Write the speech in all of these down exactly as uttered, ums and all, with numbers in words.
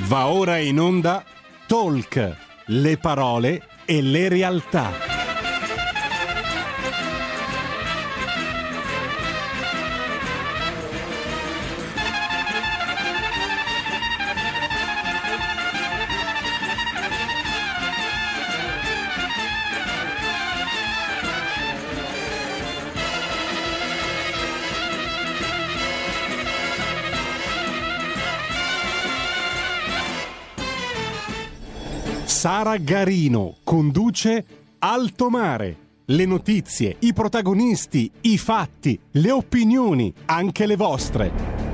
Va ora in onda Talk, le parole e le realtà. Sara Garino conduce Alto Mare. Le notizie, i protagonisti, i fatti, le opinioni, anche le vostre.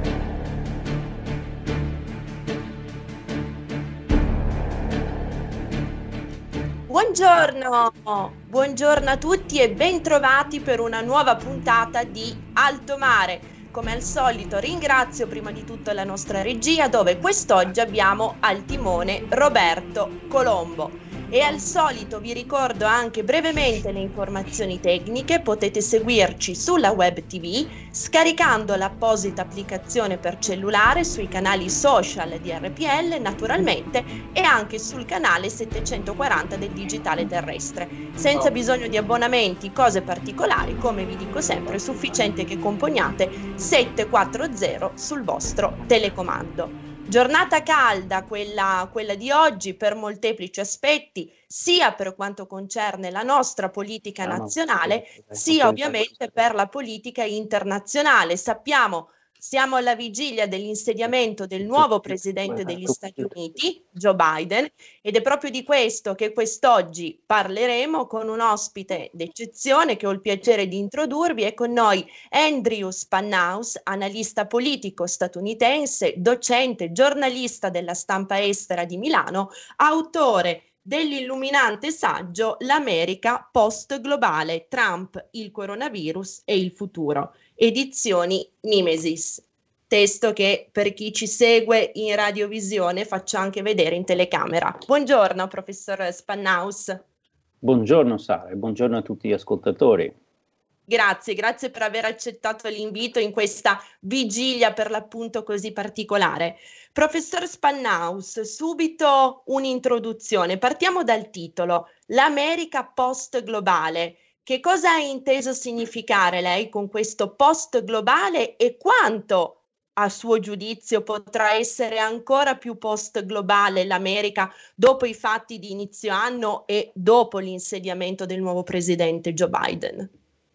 Buongiorno, buongiorno a tutti e bentrovati per una nuova puntata di Alto Mare. Come al solito ringrazio prima di tutto la nostra regia, dove quest'oggi abbiamo al timone Roberto Colombo. E al solito vi ricordo anche brevemente le informazioni tecniche. Potete seguirci sulla web tivù scaricando l'apposita applicazione per cellulare sui canali social di R P L naturalmente e anche sul canale settecentoquaranta del digitale terrestre, senza bisogno di abbonamenti, cose particolari. Come vi dico sempre, è sufficiente che componiate sette quattro zero sul vostro telecomando. Giornata calda quella, quella di oggi per molteplici aspetti, sia per quanto concerne la nostra politica nazionale, sia ovviamente per la politica internazionale. Sappiamo, siamo alla vigilia dell'insediamento del nuovo presidente degli Stati Uniti, Joe Biden, ed è proprio di questo che quest'oggi parleremo con un ospite d'eccezione che ho il piacere di introdurvi. È con noi Andrew Spannaus, analista politico statunitense, docente, giornalista della Stampa Estera di Milano, autore dell'illuminante saggio L'America post-globale, Trump, il coronavirus e il futuro, edizioni Mimesis. Testo che per chi ci segue in radiovisione faccio anche vedere in telecamera. Buongiorno professor Spannaus. Buongiorno Sara e buongiorno a tutti gli ascoltatori. Grazie, grazie per aver accettato l'invito in questa vigilia per l'appunto così particolare. Professor Spannaus, subito un'introduzione. Partiamo dal titolo, L'America post-globale. Che cosa ha inteso significare lei con questo post-globale e quanto, a suo giudizio, potrà essere ancora più post-globale l'America dopo i fatti di inizio anno e dopo l'insediamento del nuovo presidente Joe Biden?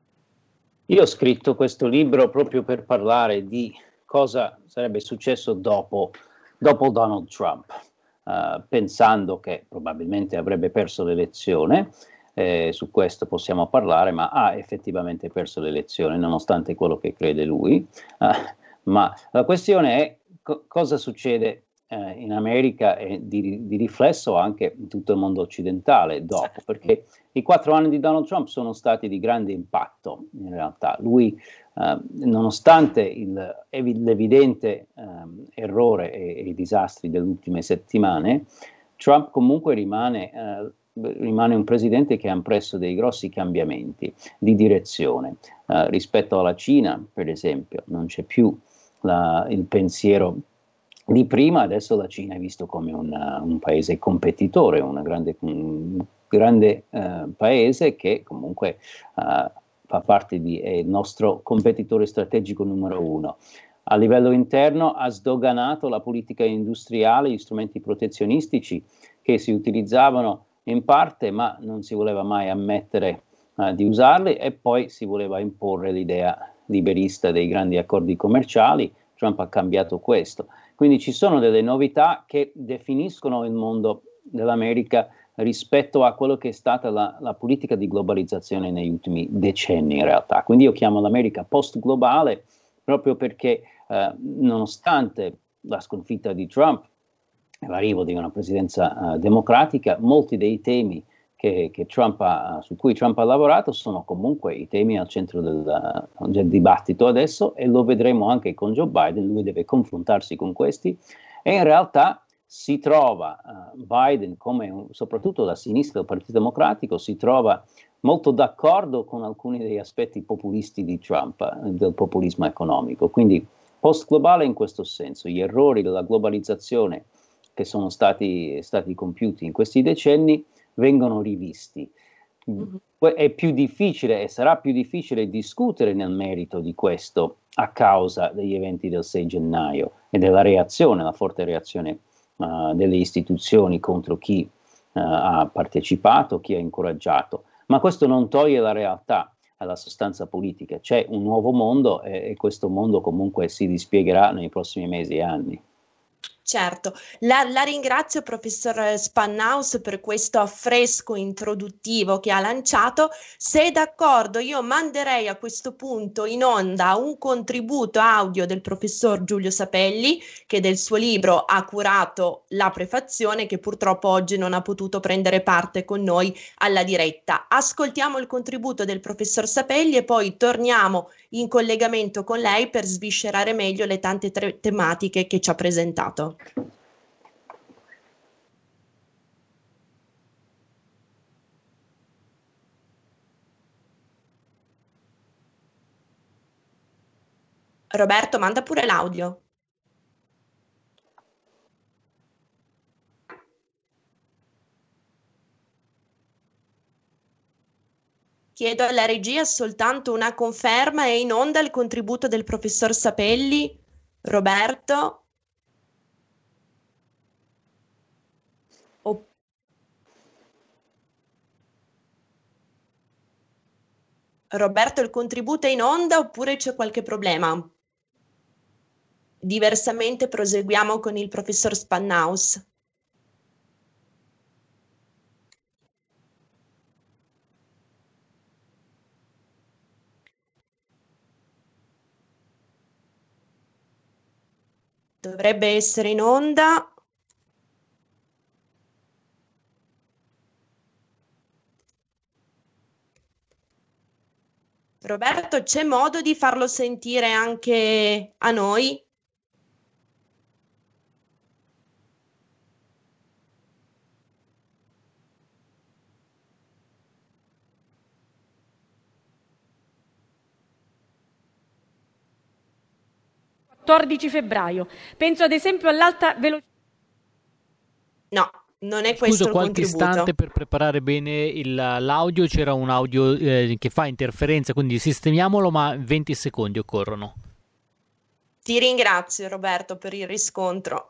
Io ho scritto questo libro proprio per parlare di cosa sarebbe successo dopo, dopo Donald Trump, uh, pensando che probabilmente avrebbe perso l'elezione. Eh, su questo possiamo parlare, ma ha effettivamente perso l'elezione nonostante quello che crede lui. Uh, ma la questione è co- cosa succede eh, in America e di, di riflesso anche in tutto il mondo occidentale dopo, perché i quattro anni di Donald Trump sono stati di grande impatto in realtà. Lui, eh, nonostante il, evi- l'evidente eh, errore e, e i disastri delle ultime settimane, Trump comunque rimane, eh, rimane un presidente che ha impresso dei grossi cambiamenti di direzione. Eh, rispetto alla Cina, per esempio, non c'è più la, il pensiero di prima. Adesso la Cina è visto come una, un paese competitore, una grande... Un, grande eh, paese che comunque uh, fa parte di è il nostro competitore strategico numero uno. A livello interno ha sdoganato la politica industriale, gli strumenti protezionistici che si utilizzavano in parte ma non si voleva mai ammettere uh, di usarli, e poi si voleva imporre l'idea liberista dei grandi accordi commerciali. Trump ha cambiato questo. Quindi ci sono delle novità che definiscono il mondo dell'America rispetto a quello che è stata la, la politica di globalizzazione negli ultimi decenni in realtà. Quindi io chiamo l'America post-globale proprio perché eh, nonostante la sconfitta di Trump e l'arrivo di una presidenza eh, democratica, molti dei temi che, che Trump ha, su cui Trump ha lavorato sono comunque i temi al centro del, del dibattito adesso, e lo vedremo anche con Joe Biden. Lui deve confrontarsi con questi e in realtà si trova uh, Biden, come un, soprattutto la sinistra del Partito Democratico, si trova molto d'accordo con alcuni degli aspetti populisti di Trump, uh, del populismo economico. Quindi post-globale in questo senso, gli errori della globalizzazione che che sono stati, stati compiuti in questi decenni vengono rivisti. Mm-hmm. È più difficile e sarà più difficile discutere nel merito di questo a causa degli eventi del sei gennaio e della reazione, la forte reazione uh, delle istituzioni contro chi uh, ha partecipato, chi ha incoraggiato. Ma questo non toglie la realtà, la sostanza politica. C'è un nuovo mondo e, e questo mondo comunque si dispiegherà nei prossimi mesi e anni. Certo, la, la ringrazio professor Spannaus per questo affresco introduttivo che ha lanciato. Se è d'accordo, io manderei a questo punto in onda un contributo audio del professor Giulio Sapelli, che del suo libro ha curato la prefazione, che purtroppo oggi non ha potuto prendere parte con noi alla diretta. Ascoltiamo il contributo del professor Sapelli e poi torniamo in collegamento con lei per sviscerare meglio le tante tre- tematiche che ci ha presentato. Roberto, manda pure l'audio. Chiedo alla regia soltanto una conferma: è in onda il contributo del professor Sapelli? Roberto? O... Roberto, il contributo è in onda oppure c'è qualche problema? Diversamente proseguiamo con il professor Spannaus. Dovrebbe essere in onda. Roberto, c'è modo di farlo sentire anche a noi? quattordici febbraio. Penso ad esempio all'alta velocità. No, non è Scuso, questo il qualche contributo. istante per preparare bene il, l'audio, c'era un audio eh, che fa interferenza, quindi sistemiamolo, ma venti secondi occorrono. Ti ringrazio Roberto per il riscontro.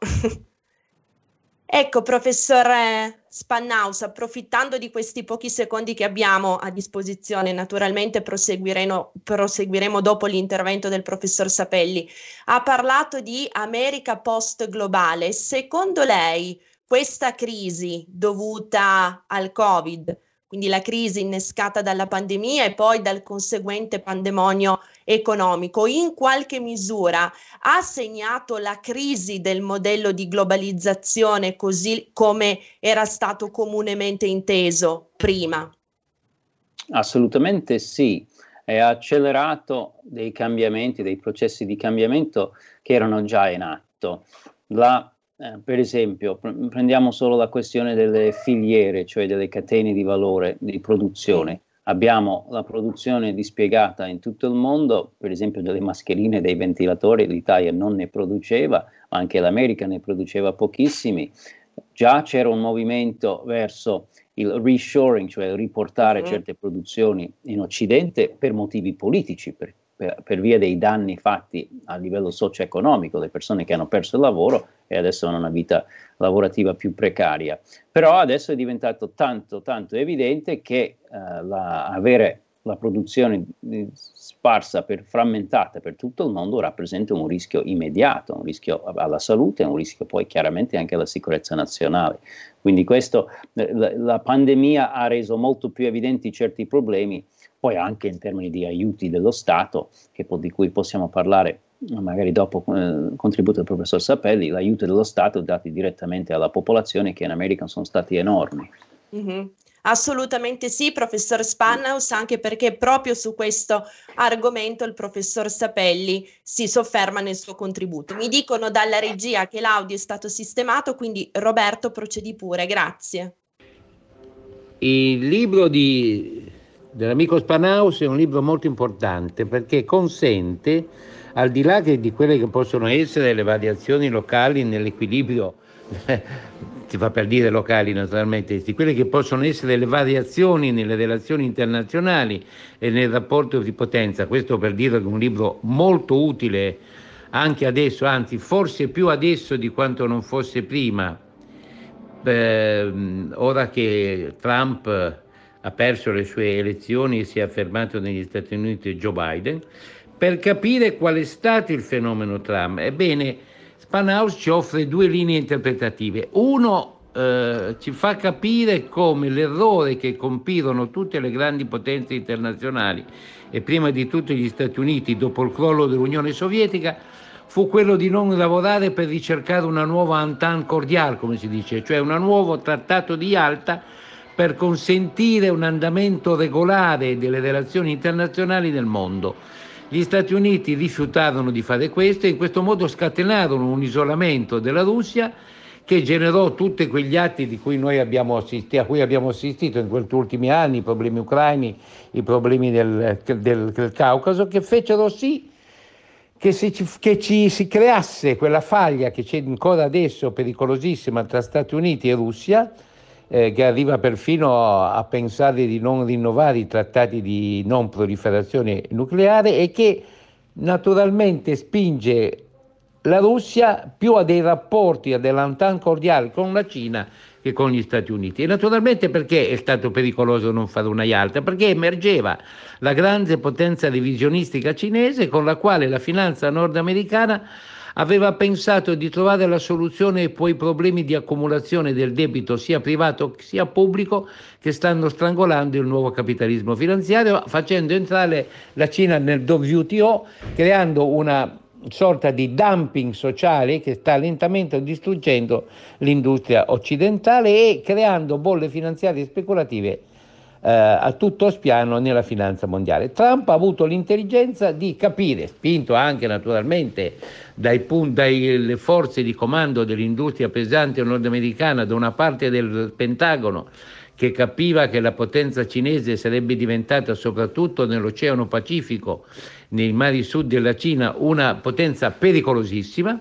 Ecco, professor Spannaus, approfittando di questi pochi secondi che abbiamo a disposizione, naturalmente proseguiremo, proseguiremo dopo l'intervento del professor Sapelli, ha parlato di America post-globale. Secondo lei questa crisi dovuta al Covid, quindi la crisi innescata dalla pandemia e poi dal conseguente pandemonio economico, in qualche misura ha segnato la crisi del modello di globalizzazione così come era stato comunemente inteso prima? Assolutamente sì, e ha accelerato dei cambiamenti, dei processi di cambiamento che erano già in atto. La Eh, per esempio, pr- prendiamo solo la questione delle filiere, cioè delle catene di valore di produzione. Abbiamo la produzione dispiegata in tutto il mondo, per esempio delle mascherine, dei ventilatori, l'Italia non ne produceva, ma anche l'America ne produceva pochissimi. Già c'era un movimento verso il reshoring, cioè riportare uh-huh. certe produzioni in Occidente per motivi politici, per Per, per via dei danni fatti a livello socio-economico, le persone che hanno perso il lavoro e adesso hanno una vita lavorativa più precaria. Però adesso è diventato tanto, tanto evidente che eh, la, avere la produzione eh, sparsa, per, frammentata per tutto il mondo rappresenta un rischio immediato, un rischio alla salute, un rischio poi chiaramente anche alla sicurezza nazionale. Quindi questo, eh, la, la pandemia ha reso molto più evidenti certi problemi, poi anche in termini di aiuti dello Stato, che po- di cui possiamo parlare magari dopo eh, il contributo del professor Sapelli, l'aiuto dello Stato dati direttamente alla popolazione che in America sono stati enormi. Mm-hmm. Assolutamente sì, professor Spannaus, anche perché proprio su questo argomento il professor Sapelli si sofferma nel suo contributo. Mi dicono dalla regia che l'audio è stato sistemato, quindi Roberto procedi pure, grazie. Il libro di, dell'amico Spannaus è un libro molto importante perché consente, al di là che di quelle che possono essere le variazioni locali nell'equilibrio si fa per dire locali naturalmente, di quelle che possono essere le variazioni nelle relazioni internazionali e nel rapporto di potenza. Questo per dire che è un libro molto utile anche adesso, anzi forse più adesso di quanto non fosse prima, eh, ora che Trump ha perso le sue elezioni e si è affermato negli Stati Uniti Joe Biden, per capire qual è stato il fenomeno Trump. Ebbene, Spanhaus ci offre due linee interpretative. Uno eh, ci fa capire come l'errore che compirono tutte le grandi potenze internazionali e prima di tutto gli Stati Uniti dopo il crollo dell'Unione Sovietica fu quello di non lavorare per ricercare una nuova entente cordiale, come si dice, cioè un nuovo trattato di Yalta per consentire un andamento regolare delle relazioni internazionali nel mondo. Gli Stati Uniti rifiutarono di fare questo e in questo modo scatenarono un isolamento della Russia che generò tutti quegli atti di cui noi abbiamo assistito, a cui abbiamo assistito in questi ultimi anni, i problemi ucraini, i problemi del, del, del Caucaso, che fecero sì che, si, che ci si creasse quella faglia che c'è ancora adesso pericolosissima tra Stati Uniti e Russia, eh, che arriva perfino a pensare di non rinnovare i trattati di non proliferazione nucleare e che naturalmente spinge la Russia più a dei rapporti, a dell'entente cordiale con la Cina che con gli Stati Uniti. E naturalmente perché è stato pericoloso non fare una Yalta? Perché emergeva la grande potenza revisionistica cinese con la quale la finanza nordamericana aveva pensato di trovare la soluzione ai quei problemi di accumulazione del debito sia privato sia pubblico che stanno strangolando il nuovo capitalismo finanziario, facendo entrare la Cina nel W T O, creando una sorta di dumping sociale che sta lentamente distruggendo l'industria occidentale e creando bolle finanziarie speculative eh, a tutto spiano nella finanza mondiale. Trump ha avuto l'intelligenza di capire, spinto anche naturalmente dai punti, dalle forze di comando dell'industria pesante nordamericana, da una parte del Pentagono che capiva che la potenza cinese sarebbe diventata soprattutto nell'Oceano Pacifico, nei mari sud della Cina, una potenza pericolosissima,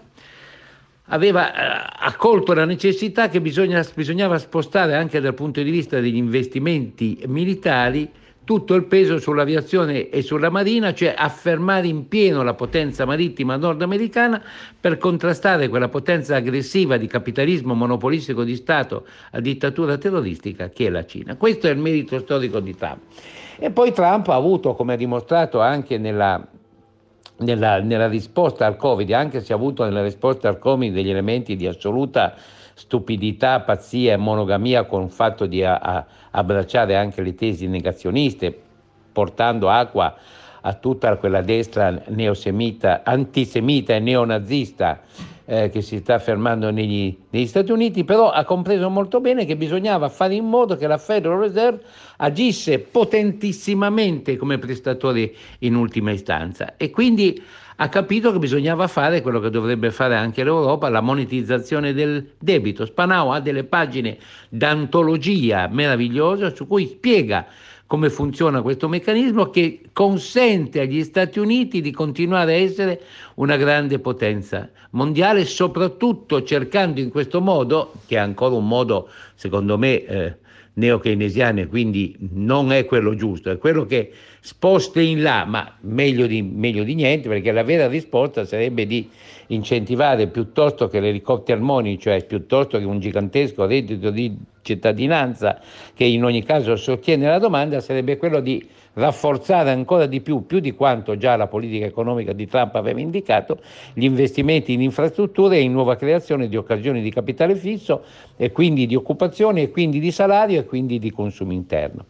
aveva eh, accolto la necessità che bisogna, bisognava spostare anche dal punto di vista degli investimenti militari tutto il peso sull'aviazione e sulla marina, cioè affermare in pieno la potenza marittima nordamericana per contrastare quella potenza aggressiva di capitalismo monopolistico di Stato a dittatura terroristica che è la Cina. Questo è il merito storico di Trump. E poi Trump ha avuto, come ha dimostrato anche nella, nella, nella risposta al Covid, anche se ha avuto nella risposta al Covid degli elementi di assoluta stupidità, pazzia e monogamia con il fatto di a, a, abbracciare anche le tesi negazioniste, portando acqua a tutta quella destra neosemita, antisemita e neonazista eh, che si sta affermando negli, negli Stati Uniti, però ha compreso molto bene che bisognava fare in modo che la Federal Reserve agisse potentissimamente come prestatore in ultima istanza e quindi ha capito che bisognava fare quello che dovrebbe fare anche l'Europa, la monetizzazione del debito. Spanhaus ha delle pagine d'antologia meravigliose su cui spiega come funziona questo meccanismo che consente agli Stati Uniti di continuare a essere una grande potenza mondiale, soprattutto cercando in questo modo, che è ancora un modo secondo me eh, neo-keynesiano, quindi non è quello giusto, è quello che sposta in là, ma meglio di, meglio di niente, perché la vera risposta sarebbe di incentivare piuttosto che l'helicopter money, cioè piuttosto che un gigantesco reddito di cittadinanza che in ogni caso sostiene la domanda, sarebbe quello di rafforzare ancora di più, più di quanto già la politica economica di Trump aveva indicato, gli investimenti in infrastrutture e in nuova creazione di occasioni di capitale fisso e quindi di occupazione e quindi di salario e quindi di consumo interno.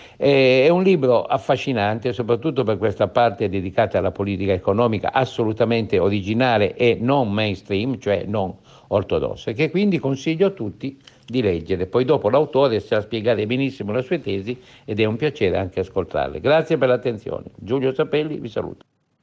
È un libro affascinante, soprattutto per questa parte dedicata alla politica economica, assolutamente originale e non mainstream, cioè non ortodossa, che quindi consiglio a tutti di leggere. Poi dopo l'autore sa spiegare benissimo le sue tesi ed è un piacere anche ascoltarle. Grazie per l'attenzione. Giulio Sapelli vi saluta.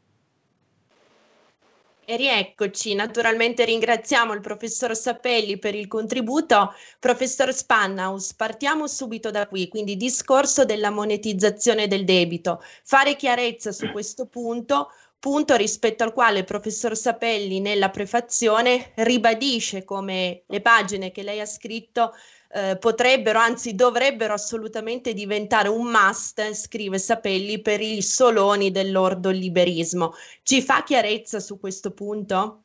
E rieccoci, naturalmente ringraziamo il professor Sapelli per il contributo. Professor Spanhaus, partiamo subito da qui, quindi discorso della monetizzazione del debito. Fare chiarezza su questo punto punto rispetto al quale il professor Sapelli nella prefazione ribadisce come le pagine che lei ha scritto eh, potrebbero, anzi dovrebbero assolutamente diventare un must, scrive Sapelli, per i soloni dell'ordoliberismo. Ci fa chiarezza su questo punto?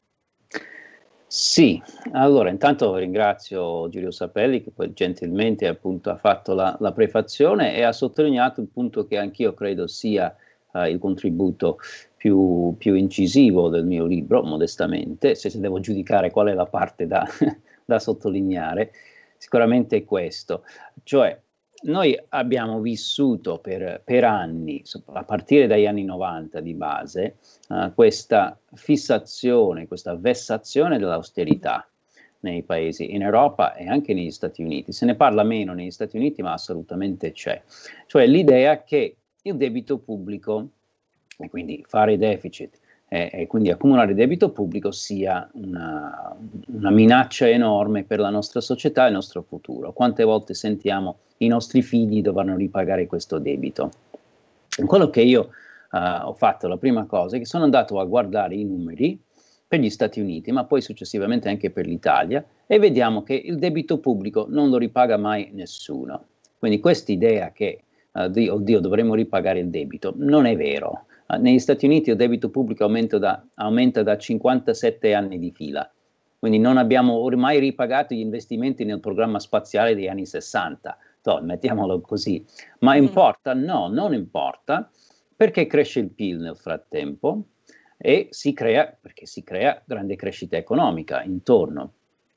Sì, allora intanto ringrazio Giulio Sapelli che poi gentilmente appunto ha fatto la, la prefazione e ha sottolineato il punto che anch'io credo sia uh, il contributo più, più incisivo del mio libro, modestamente, se, se devo giudicare qual è la parte da, da sottolineare, sicuramente è questo, cioè noi abbiamo vissuto per, per anni, a partire dagli anni novanta di base, uh, questa fissazione, questa vessazione dell'austerità nei paesi, in Europa e anche negli Stati Uniti. Se ne parla meno negli Stati Uniti, ma assolutamente c'è. Cioè l'idea che il debito pubblico, e quindi fare deficit, e, e quindi accumulare debito pubblico sia una, una minaccia enorme per la nostra società e il nostro futuro. Quante volte sentiamo i nostri figli dovranno ripagare questo debito? Quello che io uh, ho fatto, la prima cosa, è che sono andato a guardare i numeri per gli Stati Uniti, ma poi successivamente anche per l'Italia, e vediamo che il debito pubblico non lo ripaga mai nessuno. Quindi quest'idea che, uh, di, oddio, dovremmo ripagare il debito, non è vero. Negli Stati Uniti il debito pubblico aumenta da, aumenta da cinquantasette anni di fila, quindi non abbiamo ormai ripagato gli investimenti nel programma spaziale degli anni sessanta, Toh, mettiamolo così, ma mm. importa? No, non importa, perché cresce il P I L nel frattempo e si crea, perché si crea grande crescita economica intorno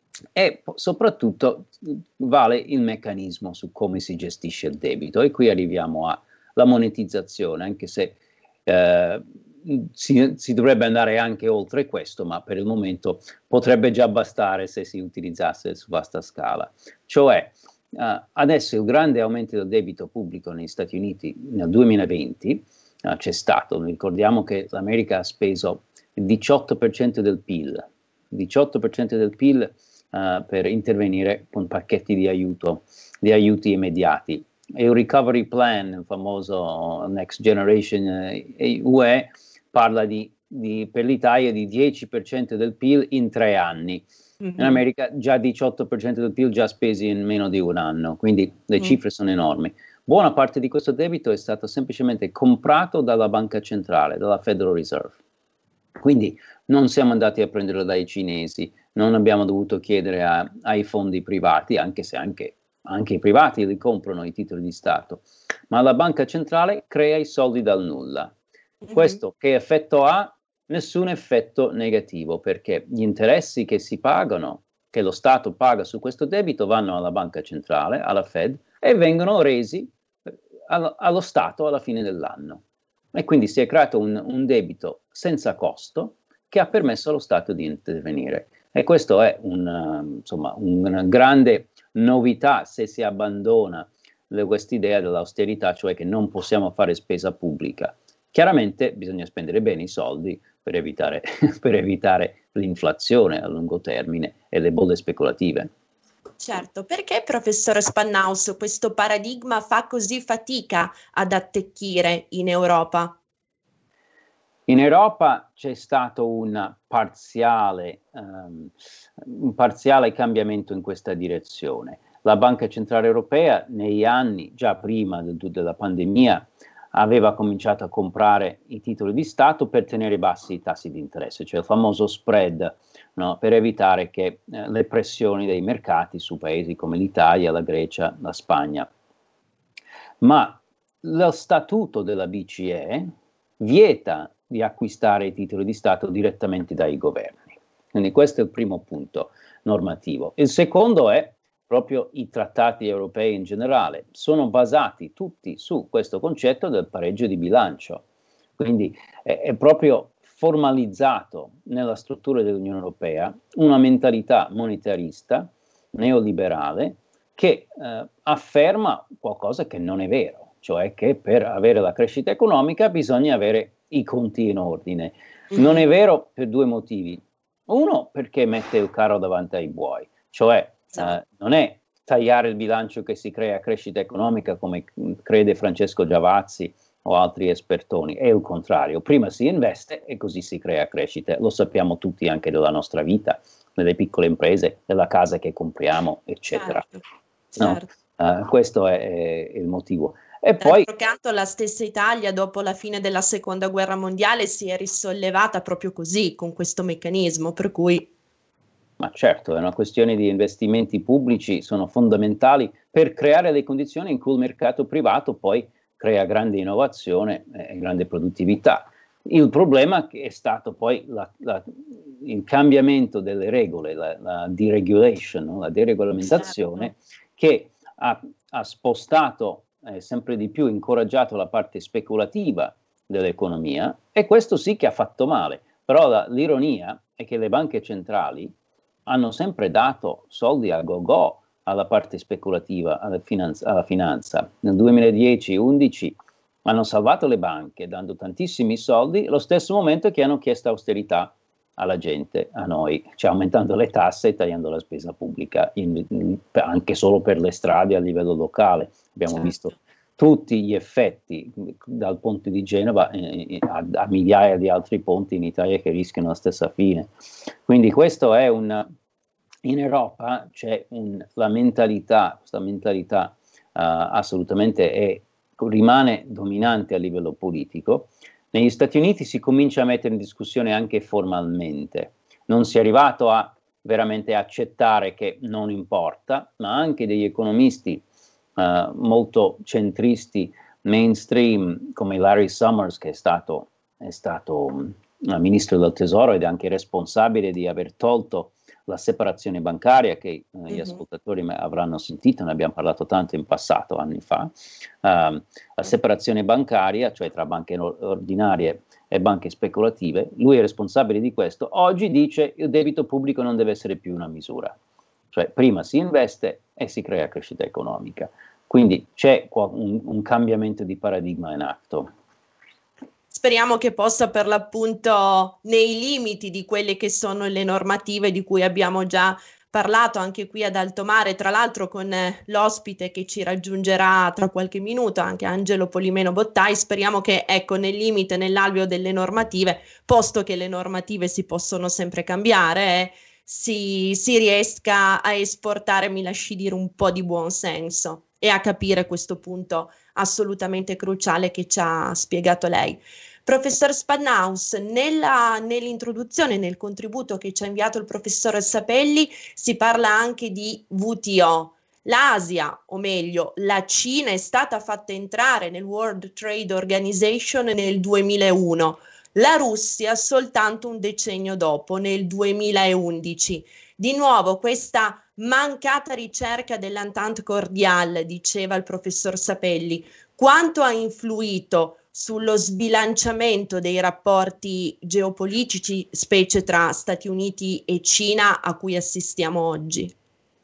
e soprattutto vale il meccanismo su come si gestisce il debito e qui arriviamo alla monetizzazione, anche se Eh, si, si dovrebbe andare anche oltre questo, ma per il momento potrebbe già bastare se si utilizzasse su vasta scala. Cioè, eh, adesso il grande aumento del debito pubblico negli Stati Uniti nel duemilaventi eh, c'è stato, ricordiamo che l'America ha speso il diciotto per cento del P I L, diciotto per cento del P I L eh, per intervenire con pacchetti di aiuto, di aiuti immediati. E il recovery plan, il famoso Next Generation eh, U E, parla di, di, per l'Italia di dieci per cento del P I L in tre anni. Mm-hmm. In America già diciotto per cento del P I L già spesi in meno di un anno, quindi le mm. cifre sono enormi. Buona parte di questo debito è stato semplicemente comprato dalla banca centrale, dalla Federal Reserve. Quindi non siamo andati a prenderlo dai cinesi, non abbiamo dovuto chiedere a, ai fondi privati, anche se anche Anche i privati li comprano i titoli di Stato, ma la banca centrale crea i soldi dal nulla. Mm-hmm. Questo che effetto ha? Nessun effetto negativo, perché gli interessi che si pagano, che lo Stato paga su questo debito, vanno alla banca centrale, alla Fed, e vengono resi allo, allo Stato alla fine dell'anno. E quindi si è creato un, un debito senza costo che ha permesso allo Stato di intervenire. E questo è un, insomma, una grande novità se si abbandona quest'idea dell'austerità, cioè che non possiamo fare spesa pubblica. Chiaramente bisogna spendere bene i soldi per evitare, per evitare l'inflazione a lungo termine e le bolle speculative. Certo, perché professore Spannaus questo paradigma fa così fatica ad attecchire in Europa? In Europa c'è stato un parziale, um, un parziale cambiamento in questa direzione. La Banca Centrale Europea negli anni, già prima del, della pandemia, aveva cominciato a comprare i titoli di Stato per tenere bassi i tassi di interesse, cioè il famoso spread, no, per evitare che eh, le pressioni dei mercati su paesi come l'Italia, la Grecia, la Spagna. Ma lo statuto della B C E vieta di acquistare i titoli di Stato direttamente dai governi. Quindi questo è il primo punto normativo. Il secondo è proprio i trattati europei in generale. Sono basati tutti su questo concetto del pareggio di bilancio. Quindi è, è proprio formalizzato nella struttura dell'Unione Europea una mentalità monetarista, neoliberale, che eh, afferma qualcosa che non è vero, cioè che per avere la crescita economica bisogna avere i conti in ordine. Non è vero per due motivi. Uno, perché mette il carro davanti ai buoi, cioè eh, non è tagliare il bilancio che si crea crescita economica come crede Francesco Giavazzi o altri espertoni, è il contrario, prima si investe e così si crea crescita, lo sappiamo tutti anche della nostra vita, nelle piccole imprese, nella casa che compriamo, eccetera. Certo, certo. No? Uh, questo è, è il motivo. E D'altro poi, canto, la stessa Italia, dopo la fine della seconda guerra mondiale, si è risollevata proprio così, con questo meccanismo, per cui... ma certo, è una questione di investimenti pubblici, sono fondamentali per creare le condizioni in cui il mercato privato poi crea grande innovazione e grande produttività. Il problema è stato poi la, la, il cambiamento delle regole, la, la deregulation, no? La deregolamentazione, certo, che ha, ha spostato eh, sempre di più, incoraggiato la parte speculativa dell'economia, e questo sì che ha fatto male. Però la, l'ironia è che le banche centrali hanno sempre dato soldi a go-go alla parte speculativa, alla finanza. Alla finanza. Nel duemiladieci undici hanno salvato le banche dando tantissimi soldi, allo stesso momento che hanno chiesto austerità alla gente, a noi, cioè aumentando le tasse e tagliando la spesa pubblica, in, in, anche solo per le strade a livello locale. Abbiamo certo. visto tutti gli effetti dal ponte di Genova eh, a, a migliaia di altri ponti in Italia che rischiano la stessa fine. Quindi questo è un... In Europa c'è un, la mentalità, questa mentalità uh, assolutamente è, rimane dominante a livello politico. Negli Stati Uniti si comincia a mettere in discussione anche formalmente. Non si è arrivato a veramente accettare che non importa, ma anche degli economisti uh, molto centristi, mainstream, come Larry Summers, che è stato, è stato um, ministro del Tesoro ed è anche responsabile di aver tolto la separazione bancaria, che eh, mm-hmm. gli ascoltatori avranno sentito, ne abbiamo parlato tanto in passato, anni fa, uh, la separazione bancaria, cioè tra banche ordinarie e banche speculative, lui è responsabile di questo. Oggi dice il debito pubblico non deve essere più una misura, cioè prima si investe e si crea crescita economica. Quindi c'è un, un cambiamento di paradigma in atto. Speriamo che possa, per l'appunto, nei limiti di quelle che sono le normative di cui abbiamo già parlato anche qui ad Alto Mare, tra l'altro con eh, l'ospite che ci raggiungerà tra qualche minuto, anche Angelo Polimeno Bottai, speriamo che, ecco, nel limite, nell'alveo delle normative, posto che le normative si possono sempre cambiare, eh, si, si riesca a esportare, mi lasci dire, un po' di buon senso e a capire questo punto assolutamente cruciale che ci ha spiegato lei. Professor Spannaus, nella, nell'introduzione, nel contributo che ci ha inviato il professor Sapelli, si parla anche di W T O. L'Asia, o meglio, la Cina, è stata fatta entrare nel World Trade Organization nel duemilauno, la Russia soltanto un decennio dopo, nel duemilaundici. Di nuovo questa mancata ricerca dell'entente cordiale, diceva il professor Sapelli, quanto ha influito sullo sbilanciamento dei rapporti geopolitici, specie tra Stati Uniti e Cina, a cui assistiamo oggi?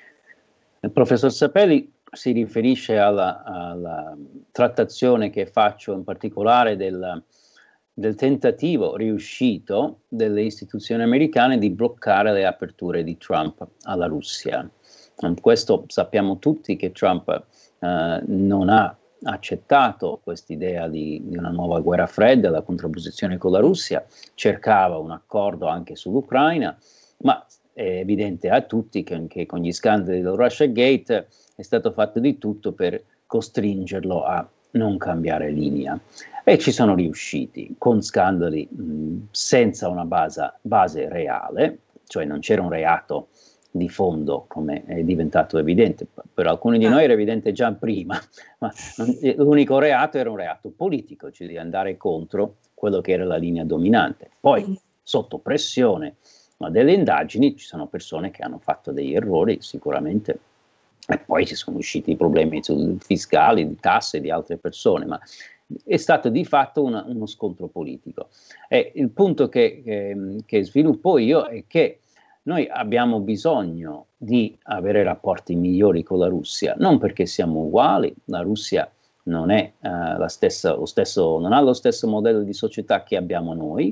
Il professor Sapelli si riferisce alla, alla trattazione che faccio in particolare del, del tentativo riuscito delle istituzioni americane di bloccare le aperture di Trump alla Russia. Questo sappiamo tutti che Trump eh, non ha accettato quest'idea di, di una nuova guerra fredda, la contrapposizione con la Russia, cercava un accordo anche sull'Ucraina, ma è evidente a tutti che, che con gli scandali del Russiagate è stato fatto di tutto per costringerlo a non cambiare linea. E ci sono riusciti con scandali mh, senza una base, base reale, cioè non c'era un reato di fondo, come è diventato evidente. Per alcuni di noi era evidente già prima, ma non, l'unico reato era un reato politico, cioè di andare contro quello che era la linea dominante. Poi, sotto pressione ma delle indagini, ci sono persone che hanno fatto degli errori sicuramente, e poi ci sono usciti i problemi fiscali, di tasse di altre persone, ma è stato di fatto una, uno scontro politico. E il punto che, che, che sviluppo io è che noi abbiamo bisogno di avere rapporti migliori con la Russia, non perché siamo uguali, la Russia non, è, uh, la stessa, lo stesso, non ha lo stesso modello di società che abbiamo noi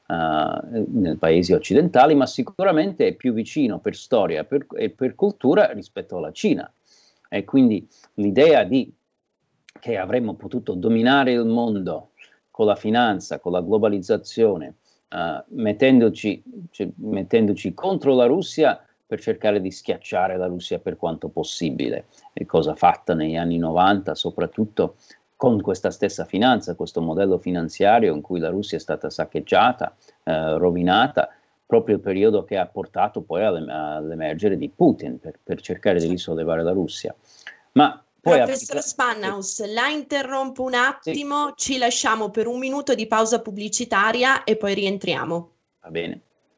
uh, nei paesi occidentali, ma sicuramente è più vicino per storia per, e per cultura rispetto alla Cina. E quindi l'idea di che avremmo potuto dominare il mondo con la finanza, con la globalizzazione, uh, mettendoci, cioè, mettendoci contro la Russia per cercare di schiacciare la Russia per quanto possibile, e cosa fatta negli anni novanta, soprattutto con questa stessa finanza, questo modello finanziario in cui la Russia è stata saccheggiata, uh, rovinata, proprio il periodo che ha portato poi all'em- all'emergere di Putin per, per cercare di risollevare la Russia. Ma poi Professor Spanhaus, la interrompo un attimo, sì. Ci lasciamo per un minuto di pausa pubblicitaria e poi rientriamo. Va bene.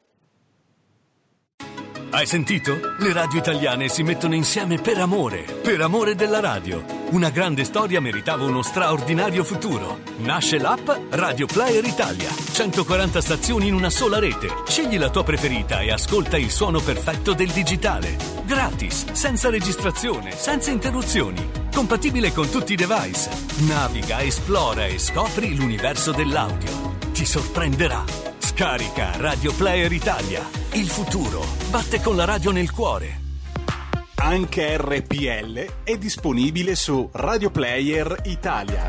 Hai sentito? Le radio italiane si mettono insieme per amore, per amore della radio. Una grande storia meritava uno straordinario futuro. Nasce l'app Radio Player Italia. centoquaranta stazioni in una sola rete. Scegli la tua preferita e ascolta il suono perfetto del digitale. Gratis, senza registrazione, senza interruzioni. Compatibile con tutti i device. Naviga, esplora e scopri l'universo dell'audio. Ti sorprenderà. Scarica Radio Player Italia. Il futuro batte con la radio nel cuore. Anche R P L è disponibile su Radio Player Italia.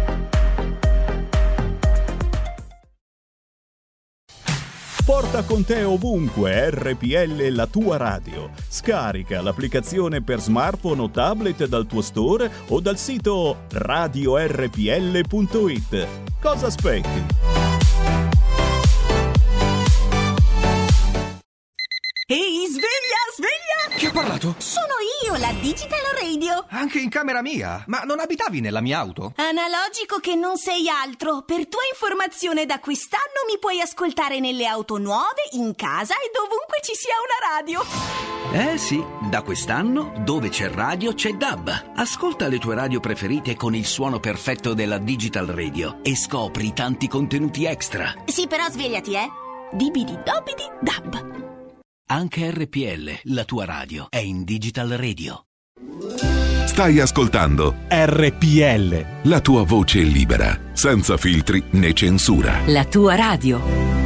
Porta con te ovunque R P L, la tua radio. Scarica l'applicazione per smartphone o tablet dal tuo store o dal sito radio erre pi elle punto it. Cosa aspetti? Ehi, sveglia, sveglia! Chi ha parlato? Sono io, la Digital Radio. Anche in camera mia? Ma non abitavi nella mia auto? Analogico che non sei altro. Per tua informazione, da quest'anno mi puoi ascoltare nelle auto nuove, in casa e dovunque ci sia una radio. Eh sì, da quest'anno dove c'è radio c'è D A B. Ascolta le tue radio preferite con il suono perfetto della Digital Radio e scopri tanti contenuti extra. Sì, però svegliati, eh. Dibidi dobidi D A B. Anche R P L, la tua radio, è in Digital Radio. Stai ascoltando R P L, la tua voce libera, senza filtri né censura. La tua radio.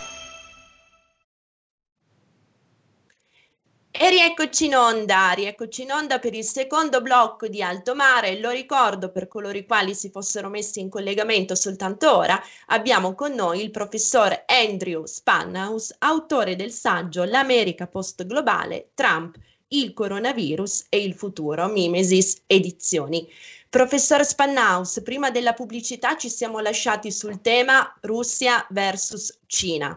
E rieccoci in onda, rieccoci in onda per il secondo blocco di Alto Mare. Lo ricordo per coloro i quali si fossero messi in collegamento soltanto ora, abbiamo con noi il professor Andrew Spanhaus, autore del saggio L'America post-globale, Trump, il coronavirus e il futuro, Mimesis Edizioni. Professor Spanhaus, prima della pubblicità ci siamo lasciati sul tema Russia versus Cina.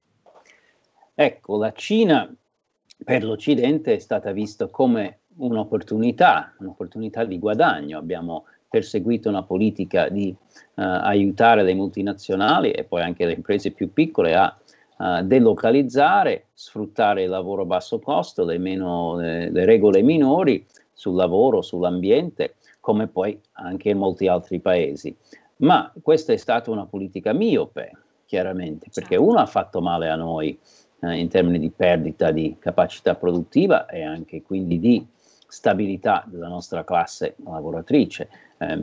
Ecco, la Cina per l'Occidente è stata vista come un'opportunità, un'opportunità di guadagno. Abbiamo perseguito una politica di uh, aiutare le multinazionali e poi anche le imprese più piccole a uh, delocalizzare, sfruttare il lavoro a basso costo, le, meno, le, le regole minori sul lavoro, sull'ambiente, come poi anche in molti altri paesi. Ma questa è stata una politica miope, chiaramente, perché uno ha fatto male a noi, in termini di perdita di capacità produttiva e anche quindi di stabilità della nostra classe lavoratrice, eh,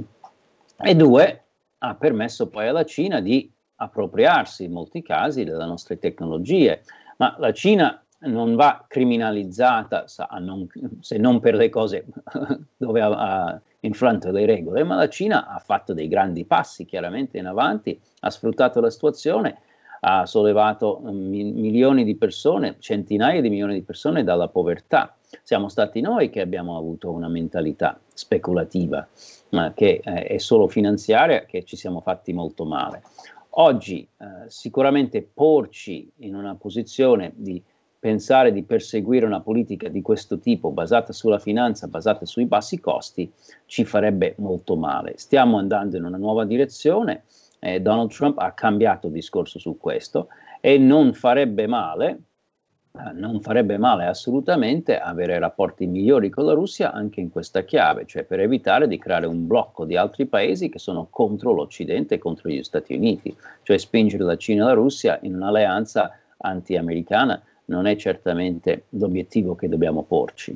e due, ha permesso poi alla Cina di appropriarsi in molti casi delle nostre tecnologie, ma la Cina non va criminalizzata sa, non, se non per le cose dove ha, ha infranto le regole, ma la Cina ha fatto dei grandi passi chiaramente in avanti, ha sfruttato la situazione, ha sollevato mi- milioni di persone, centinaia di milioni di persone dalla povertà. Siamo stati noi che abbiamo avuto una mentalità speculativa, ma che eh, è solo finanziaria, che ci siamo fatti molto male. Oggi eh, sicuramente porci in una posizione di pensare di perseguire una politica di questo tipo, basata sulla finanza, basata sui bassi costi, ci farebbe molto male. Stiamo andando in una nuova direzione. Eh, Donald Trump ha cambiato discorso su questo e non farebbe male, eh, non farebbe male assolutamente avere rapporti migliori con la Russia anche in questa chiave, cioè per evitare di creare un blocco di altri paesi che sono contro l'Occidente e contro gli Stati Uniti, cioè spingere la Cina e la Russia in un'alleanza anti-americana non è certamente l'obiettivo che dobbiamo porci.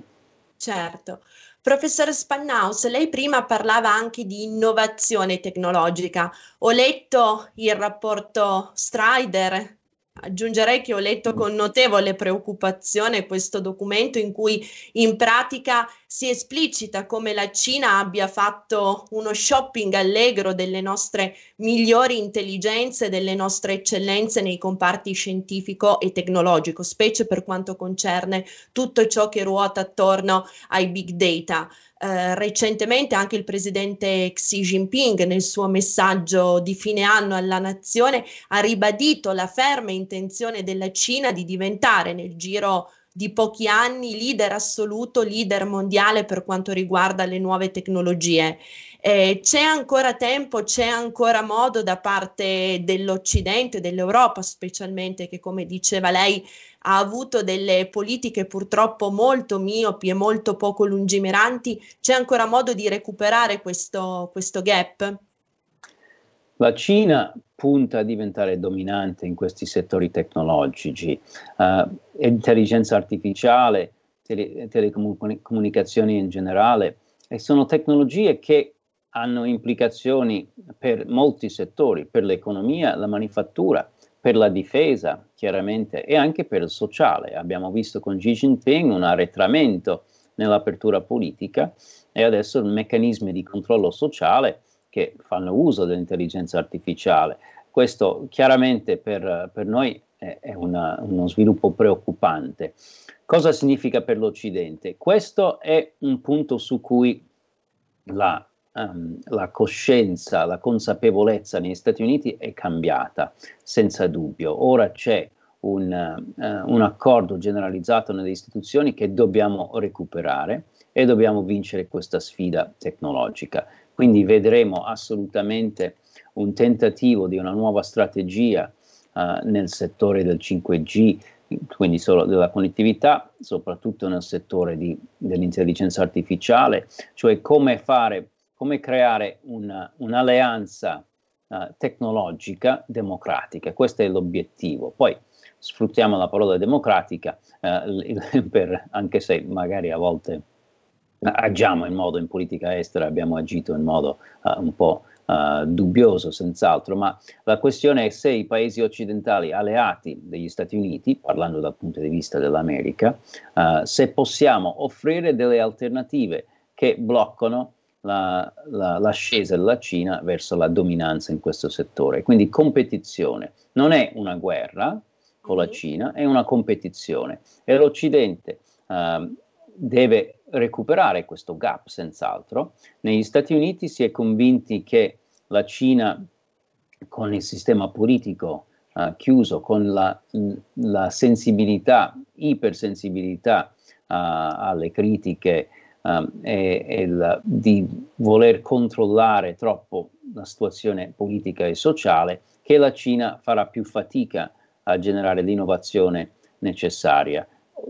Certo. Professor Spanhaus, lei prima parlava anche di innovazione tecnologica. Ho letto il rapporto Strider Aggiungerei che ho letto con notevole preoccupazione questo documento in cui in pratica si esplicita come la Cina abbia fatto uno shopping allegro delle nostre migliori intelligenze, delle nostre eccellenze nei comparti scientifico e tecnologico, specie per quanto concerne tutto ciò che ruota attorno ai big data. Uh, recentemente anche il presidente Xi Jinping nel suo messaggio di fine anno alla nazione ha ribadito la ferma intenzione della Cina di diventare nel giro di pochi anni leader assoluto, leader mondiale per quanto riguarda le nuove tecnologie. Eh, c'è ancora tempo, c'è ancora modo da parte dell'Occidente, dell'Europa specialmente, che come diceva lei ha avuto delle politiche purtroppo molto miopi e molto poco lungimiranti, c'è ancora modo di recuperare questo, questo gap? La Cina punta a diventare dominante in questi settori tecnologici, uh, intelligenza artificiale, tele, telecomunicazioni in generale, e sono tecnologie che hanno implicazioni per molti settori, per l'economia, la manifattura, per la difesa, chiaramente, e anche per il sociale. Abbiamo visto con Xi Jinping un arretramento nell'apertura politica e adesso i meccanismi di controllo sociale che fanno uso dell'intelligenza artificiale. Questo chiaramente per, per noi è, è una, uno sviluppo preoccupante. Cosa significa per l'Occidente? Questo è un punto su cui la Um, la coscienza, la consapevolezza negli Stati Uniti è cambiata, senza dubbio. Ora c'è un, uh, un accordo generalizzato nelle istituzioni che dobbiamo recuperare e dobbiamo vincere questa sfida tecnologica. Quindi vedremo assolutamente un tentativo di una nuova strategia uh, nel settore del cinque G, quindi solo della connettività, soprattutto nel settore di, dell'intelligenza artificiale, cioè come fare come creare una, un'alleanza uh, tecnologica democratica. Questo è l'obiettivo. Poi sfruttiamo la parola democratica, uh, per, anche se magari a volte agiamo in modo, in politica estera abbiamo agito in modo uh, un po' uh, dubbioso, senz'altro, ma la questione è se i paesi occidentali alleati degli Stati Uniti, parlando dal punto di vista dell'America, uh, se possiamo offrire delle alternative che bloccano La, la, l'ascesa della Cina verso la dominanza in questo settore. Quindi competizione, non è una guerra con la Cina, è una competizione e l'Occidente uh, deve recuperare questo gap senz'altro. Negli Stati Uniti si è convinti che la Cina, con il sistema politico uh, chiuso, con la, la sensibilità, ipersensibilità uh, alle critiche Um, e, e il, di voler controllare troppo la situazione politica e sociale, che la Cina farà più fatica a generare l'innovazione necessaria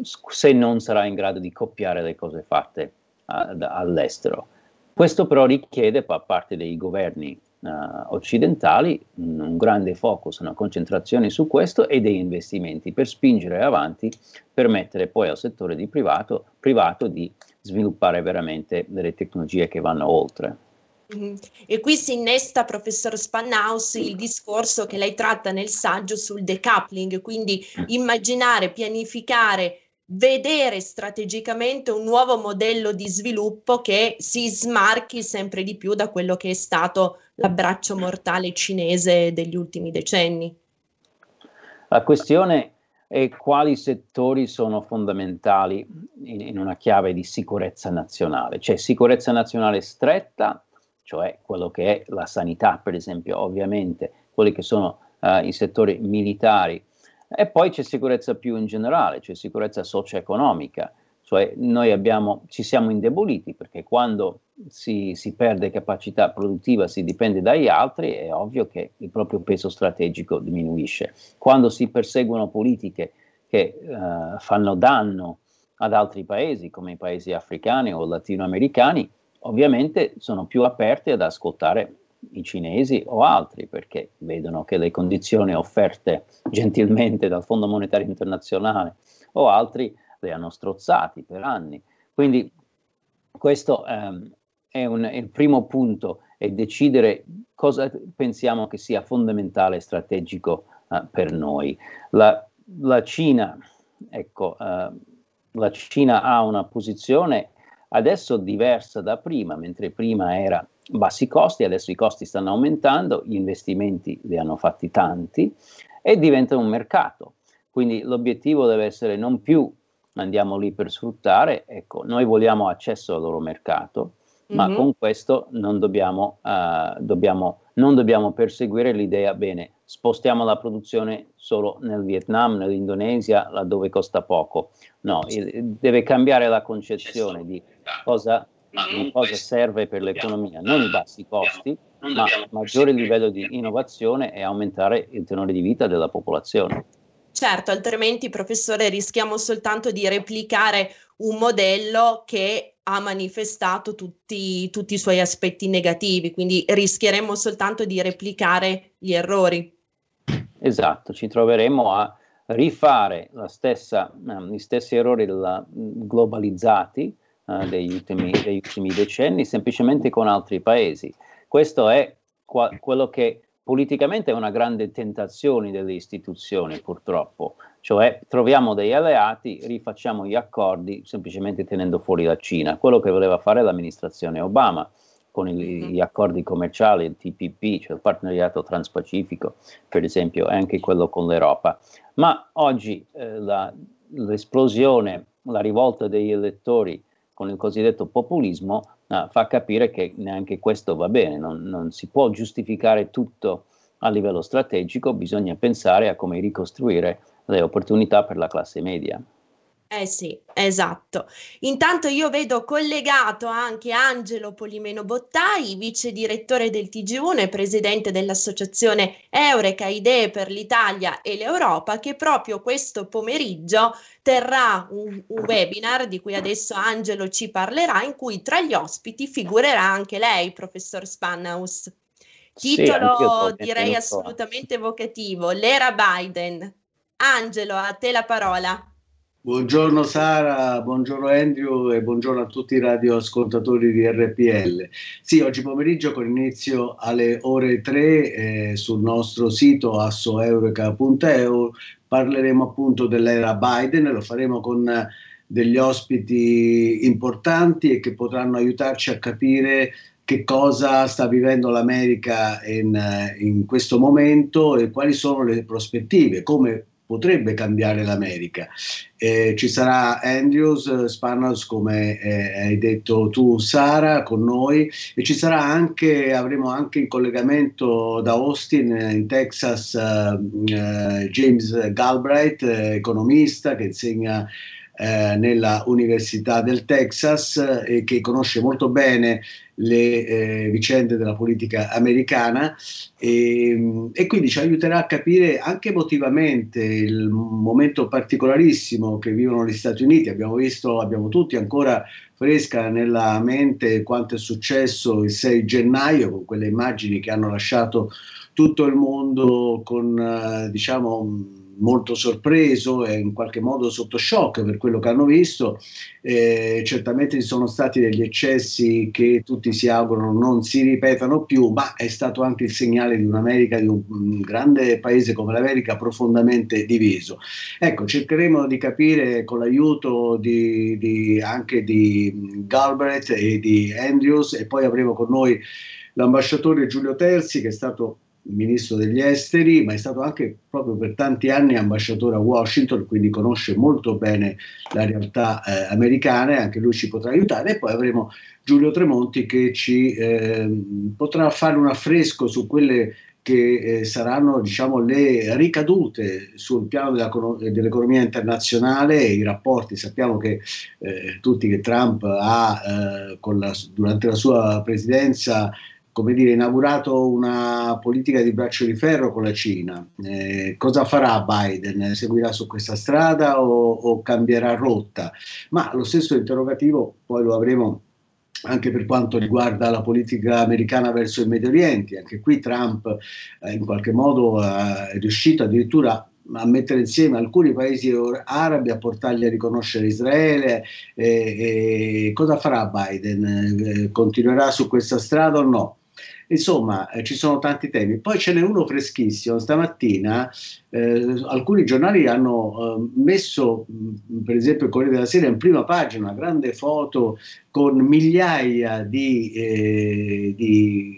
se non sarà in grado di copiare le cose fatte uh, da, all'estero. Questo però richiede da parte dei governi uh, occidentali un, un grande focus, una concentrazione su questo e dei investimenti per spingere avanti, permettere poi al settore di privato, privato di sviluppare veramente delle tecnologie che vanno oltre. Mm-hmm. E qui si innesta, professor Spannaus, il discorso che lei tratta nel saggio sul decoupling, quindi immaginare, pianificare, vedere strategicamente un nuovo modello di sviluppo che si smarchi sempre di più da quello che è stato l'abbraccio mortale cinese degli ultimi decenni. La questione è quali settori sono fondamentali in, in una chiave di sicurezza nazionale. C'è sicurezza nazionale stretta, cioè quello che è la sanità, per esempio, ovviamente, quelli che sono uh, i settori militari, e poi c'è sicurezza più in generale, cioè sicurezza socio-economica, cioè noi abbiamo, ci siamo indeboliti perché quando si, si perde capacità produttiva, si dipende dagli altri, è ovvio che il proprio peso strategico diminuisce. Quando si perseguono politiche che uh, fanno danno ad altri paesi, come i paesi africani o latinoamericani, ovviamente sono più aperti ad ascoltare i cinesi o altri, perché vedono che le condizioni offerte gentilmente dal Fondo Monetario Internazionale o altri le hanno strozzati per anni. Quindi questo ehm, è, un, è il primo punto, è decidere cosa pensiamo che sia fondamentale e strategico uh, per noi. La, la Cina, ecco, uh, la Cina ha una posizione adesso diversa da prima, mentre prima era bassi costi, adesso i costi stanno aumentando, gli investimenti li hanno fatti tanti e diventa un mercato. Quindi l'obiettivo deve essere non più andiamo lì per sfruttare, ecco, noi vogliamo accesso al loro mercato, ma mm-hmm. con questo non dobbiamo, uh, dobbiamo, non dobbiamo perseguire l'idea, bene, spostiamo la produzione solo nel Vietnam, nell'Indonesia, laddove costa poco. No, il, deve cambiare la concezione di cosa, di cosa serve per l'economia, non i bassi costi, ma maggiore livello di innovazione e aumentare il tenore di vita della popolazione. Certo, altrimenti, professore, rischiamo soltanto di replicare un modello che ha manifestato tutti, tutti i suoi aspetti negativi, quindi rischieremo soltanto di replicare gli errori. Esatto, ci troveremo a rifare la stessa, um, gli stessi errori della, globalizzati uh, degli, ultimi, degli ultimi decenni, semplicemente con altri paesi. Questo è qua, quello che politicamente è una grande tentazione delle istituzioni, purtroppo, cioè troviamo degli alleati, rifacciamo gli accordi semplicemente tenendo fuori la Cina, quello che voleva fare l'amministrazione Obama con il, gli accordi commerciali, il T P P, cioè il partenariato transpacifico, per esempio, e anche quello con l'Europa. Ma oggi eh, la, l'esplosione, la rivolta degli elettori con il cosiddetto populismo Uh, fa capire che neanche questo va bene, non, non si può giustificare tutto a livello strategico, bisogna pensare a come ricostruire le opportunità per la classe media. Eh sì, esatto. Intanto io vedo collegato anche Angelo Polimeno Bottai, vice direttore del T G uno e presidente dell'associazione Eureka Idee per l'Italia e l'Europa, che proprio questo pomeriggio terrà un, un webinar di cui adesso Angelo ci parlerà, in cui tra gli ospiti figurerà anche lei, professor Spanhaus. Titolo sì, direi assolutamente evocativo, l'era Biden. Angelo, a te la parola. Buongiorno Sara, buongiorno Andrew e buongiorno a tutti i radioascoltatori di R P L. Sì, oggi pomeriggio con inizio alle ore tre eh, sul nostro sito assoeureka punto e u parleremo appunto dell'era Biden, lo faremo con degli ospiti importanti e che potranno aiutarci a capire che cosa sta vivendo l'America in, in questo momento e quali sono le prospettive, come potrebbe cambiare l'America. Eh, ci sarà Andrews Spanhaus, come eh, hai detto tu Sara, con noi, e ci sarà anche, avremo anche in collegamento da Austin in Texas uh, uh, James Galbraith, eh, economista che insegna eh, nella Università del Texas e eh, che conosce molto bene le eh, vicende della politica americana e, e quindi ci aiuterà a capire anche emotivamente il momento particolarissimo che vivono gli Stati Uniti. Abbiamo visto, abbiamo tutti ancora fresca nella mente quanto è successo il sei gennaio, con quelle immagini che hanno lasciato tutto il mondo con eh, diciamo molto sorpreso e in qualche modo sotto shock per quello che hanno visto. Eh, certamente ci sono stati degli eccessi che tutti si augurano non si ripetano più, ma è stato anche il segnale di un'America, di un, un grande paese come l'America profondamente diviso. Ecco, cercheremo di capire con l'aiuto di, di, anche di Galbraith e di Andrews, e poi avremo con noi l'ambasciatore Giulio Terzi, che è stato ministro degli esteri, ma è stato anche proprio per tanti anni ambasciatore a Washington, quindi conosce molto bene la realtà eh, americana, e anche lui ci potrà aiutare. E poi avremo Giulio Tremonti che ci eh, potrà fare un affresco su quelle che eh, saranno diciamo le ricadute sul piano della, dell'economia internazionale e i rapporti. Sappiamo che eh, tutti che Trump ha eh, con la, durante la sua presidenza come dire, inaugurato una politica di braccio di ferro con la Cina. Eh, cosa farà Biden? Seguirà su questa strada o, o cambierà rotta? Ma lo stesso interrogativo poi lo avremo anche per quanto riguarda la politica americana verso il Medio Oriente. Anche qui Trump eh, in qualche modo eh, è riuscito addirittura a mettere insieme alcuni paesi arabi, a portarli a riconoscere Israele. E, e cosa farà Biden? Eh, continuerà su questa strada o no? Insomma, eh, ci sono tanti temi. Poi ce n'è uno freschissimo. Stamattina eh, alcuni giornali hanno eh, messo, mh, per esempio il Corriere della Sera, in prima pagina una grande foto con migliaia di, eh, di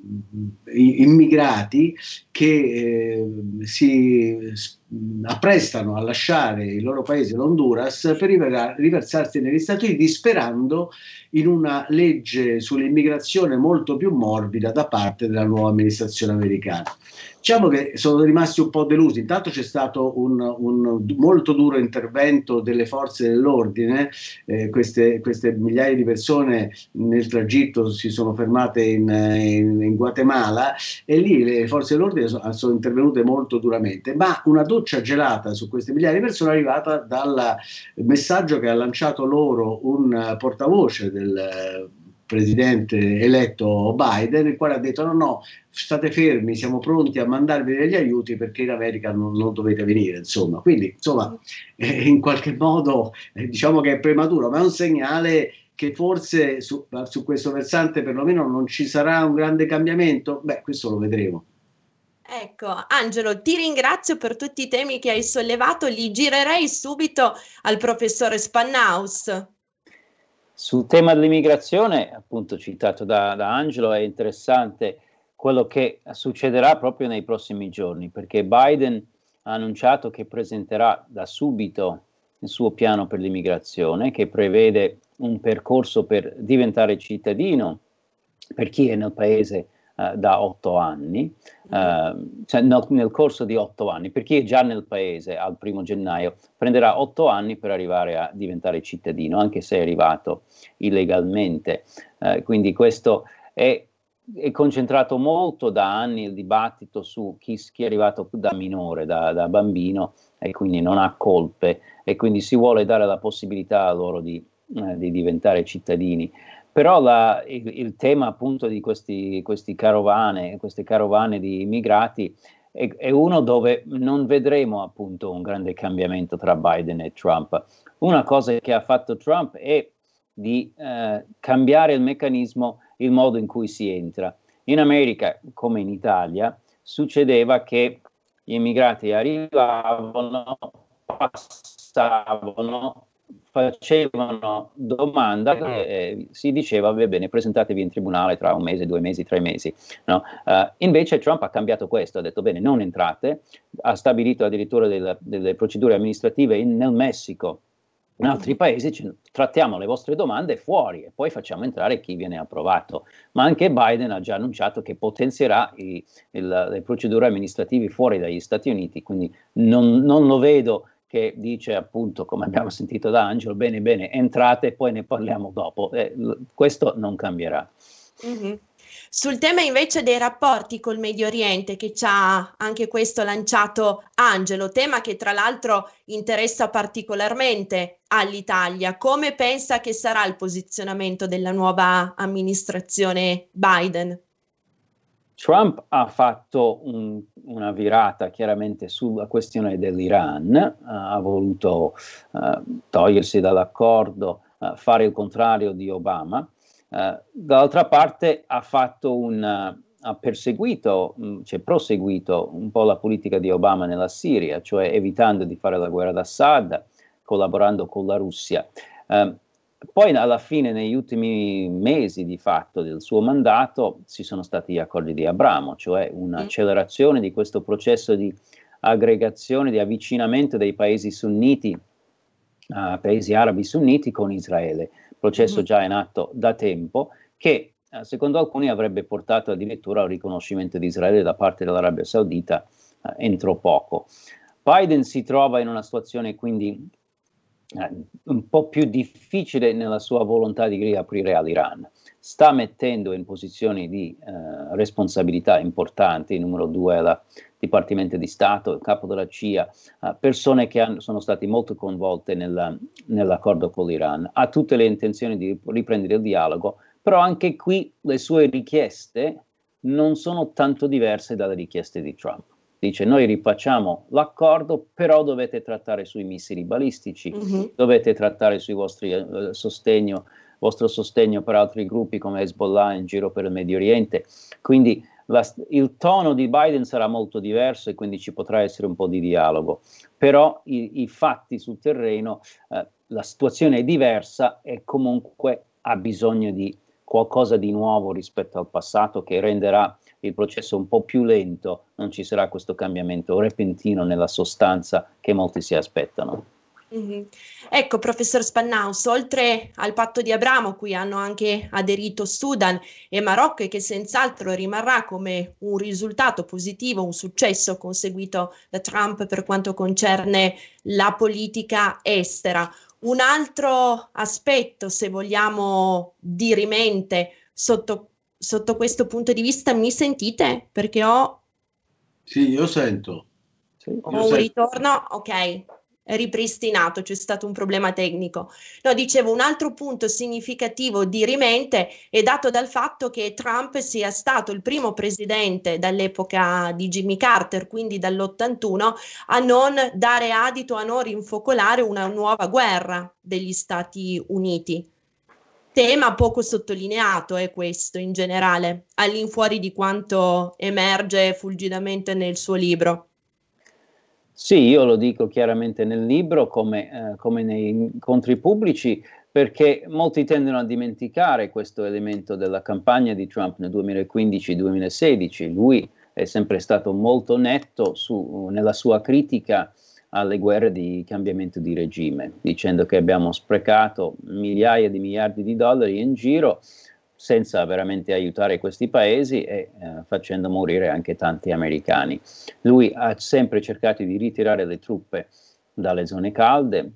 immigrati che eh, si apprestano a lasciare il loro paese, l'Honduras, per river- riversarsi negli Stati Uniti, sperando in una legge sull'immigrazione molto più morbida da parte della nuova amministrazione americana. Diciamo che sono rimasti un po' delusi. Intanto c'è stato un, un molto duro intervento delle forze dell'ordine, eh, queste, queste migliaia di persone nel tragitto si sono fermate in, in, in Guatemala e lì le forze dell'ordine sono, sono intervenute molto duramente, ma una doccia gelata su queste migliaia di persone è arrivata dal messaggio che ha lanciato loro un portavoce del presidente eletto Biden, il quale ha detto no no, state fermi, siamo pronti a mandarvi degli aiuti perché in America non, non dovete venire, insomma. Quindi insomma eh, in qualche modo eh, diciamo che è prematuro, ma è un segnale che forse su, su questo versante perlomeno non ci sarà un grande cambiamento. Beh, questo lo vedremo. Ecco, Angelo, ti ringrazio per tutti i temi che hai sollevato, li girerei subito al professore Spannaus. Sul tema dell'immigrazione, appunto citato da, da Angelo, è interessante quello che succederà proprio nei prossimi giorni, perché Biden ha annunciato che presenterà da subito il suo piano per l'immigrazione, che prevede un percorso per diventare cittadino per chi è nel paese uh, da otto anni, uh, cioè nel, nel corso di otto anni, per chi è già nel paese al primo gennaio prenderà otto anni per arrivare a diventare cittadino, anche se è arrivato illegalmente. Uh, quindi questo è, è concentrato molto da anni il dibattito su chi, chi è arrivato da minore, da, da bambino, e quindi non ha colpe, e quindi si vuole dare la possibilità a loro di, eh, di diventare cittadini. Però la, il, il tema appunto di questi, questi carovane, queste carovane di immigrati è, è uno dove non vedremo appunto un grande cambiamento tra Biden e Trump. Una cosa che ha fatto Trump è di eh, cambiare il meccanismo, il modo in cui si entra. In America, come in Italia, succedeva che gli immigrati arrivavano, passavano, facevano domanda e eh, si diceva va bene, presentatevi in tribunale tra un mese, due mesi, tre mesi. No? Uh, invece Trump ha cambiato questo, ha detto bene, non entrate, ha stabilito addirittura delle, delle procedure amministrative in, nel Messico, in altri paesi, cioè, trattiamo le vostre domande fuori e poi facciamo entrare chi viene approvato. Ma anche Biden ha già annunciato che potenzierà i, il, le procedure amministrative fuori dagli Stati Uniti, quindi non, non lo vedo che dice appunto, come abbiamo sentito da Angelo, bene bene, entrate e poi ne parliamo dopo. Eh, l- questo non cambierà. Mm-hmm. Sul tema invece dei rapporti col Medio Oriente, che ci ha anche questo lanciato Angelo, tema che tra l'altro interessa particolarmente all'Italia, come pensa che sarà il posizionamento della nuova amministrazione Biden? Trump ha fatto un, una virata chiaramente sulla questione dell'Iran, uh, ha voluto uh, togliersi dall'accordo, uh, fare il contrario di Obama. Uh, dall'altra parte ha fatto un, uh, ha perseguito, mh, cioè proseguito un po' la politica di Obama nella Siria, cioè evitando di fare la guerra ad Assad, collaborando con la Russia. Uh, poi alla fine, negli ultimi mesi di fatto del suo mandato, ci sono stati gli accordi di Abramo, cioè un'accelerazione di questo processo di aggregazione, di avvicinamento dei paesi sunniti, uh, paesi arabi sunniti con Israele. Processo già in atto da tempo, che eh, secondo alcuni avrebbe portato addirittura al riconoscimento di Israele da parte dell'Arabia Saudita eh, entro poco. Biden si trova in una situazione quindi eh, un po' più difficile nella sua volontà di riaprire all'Iran. Sta mettendo in posizioni di eh, responsabilità importanti, numero due la Dipartimento di Stato, il capo della C I A, uh, persone che hanno, sono state molto coinvolte nella, nell'accordo con l'Iran. Ha tutte le intenzioni di riprendere il dialogo, però anche qui le sue richieste non sono tanto diverse dalle richieste di Trump. Dice: noi rifacciamo l'accordo, però dovete trattare sui missili balistici, mm-hmm. dovete trattare sui vostri eh, sostegno, vostro sostegno per altri gruppi come Hezbollah in giro per il Medio Oriente. Quindi la, il tono di Biden sarà molto diverso e quindi ci potrà essere un po' di dialogo. Però i, i fatti sul terreno, eh, la situazione è diversa e comunque ha bisogno di qualcosa di nuovo rispetto al passato che renderà il processo un po' più lento, non ci sarà questo cambiamento repentino nella sostanza che molti si aspettano. Mm-hmm. Ecco, professor Spannaus, oltre al patto di Abramo, a cui hanno anche aderito Sudan e Marocco, e che senz'altro rimarrà come un risultato positivo, un successo conseguito da Trump per quanto concerne la politica estera, un altro aspetto, se vogliamo dirimente, sotto Sotto questo punto di vista, mi sentite? Perché ho... Sì, io sento. Sì, io ho un sento. ritorno, ok, è ripristinato, c'è stato un problema tecnico. No, dicevo, un altro punto significativo di rimente è dato dal fatto che Trump sia stato il primo presidente dall'epoca di Jimmy Carter, quindi dall'ottantuno, a non dare adito, a non rinfocolare una nuova guerra degli Stati Uniti. Tema poco sottolineato è questo in generale, all'infuori di quanto emerge fulgidamente nel suo libro. Sì, io lo dico chiaramente nel libro come, eh, come nei incontri pubblici, perché molti tendono a dimenticare questo elemento della campagna di Trump nel duemilaquindici duemilasedici. Lui è sempre stato molto netto su, nella sua critica alle guerre di cambiamento di regime, dicendo che abbiamo sprecato migliaia di miliardi di dollari in giro senza veramente aiutare questi paesi e eh, facendo morire anche tanti americani. Lui ha sempre cercato di ritirare le truppe dalle zone calde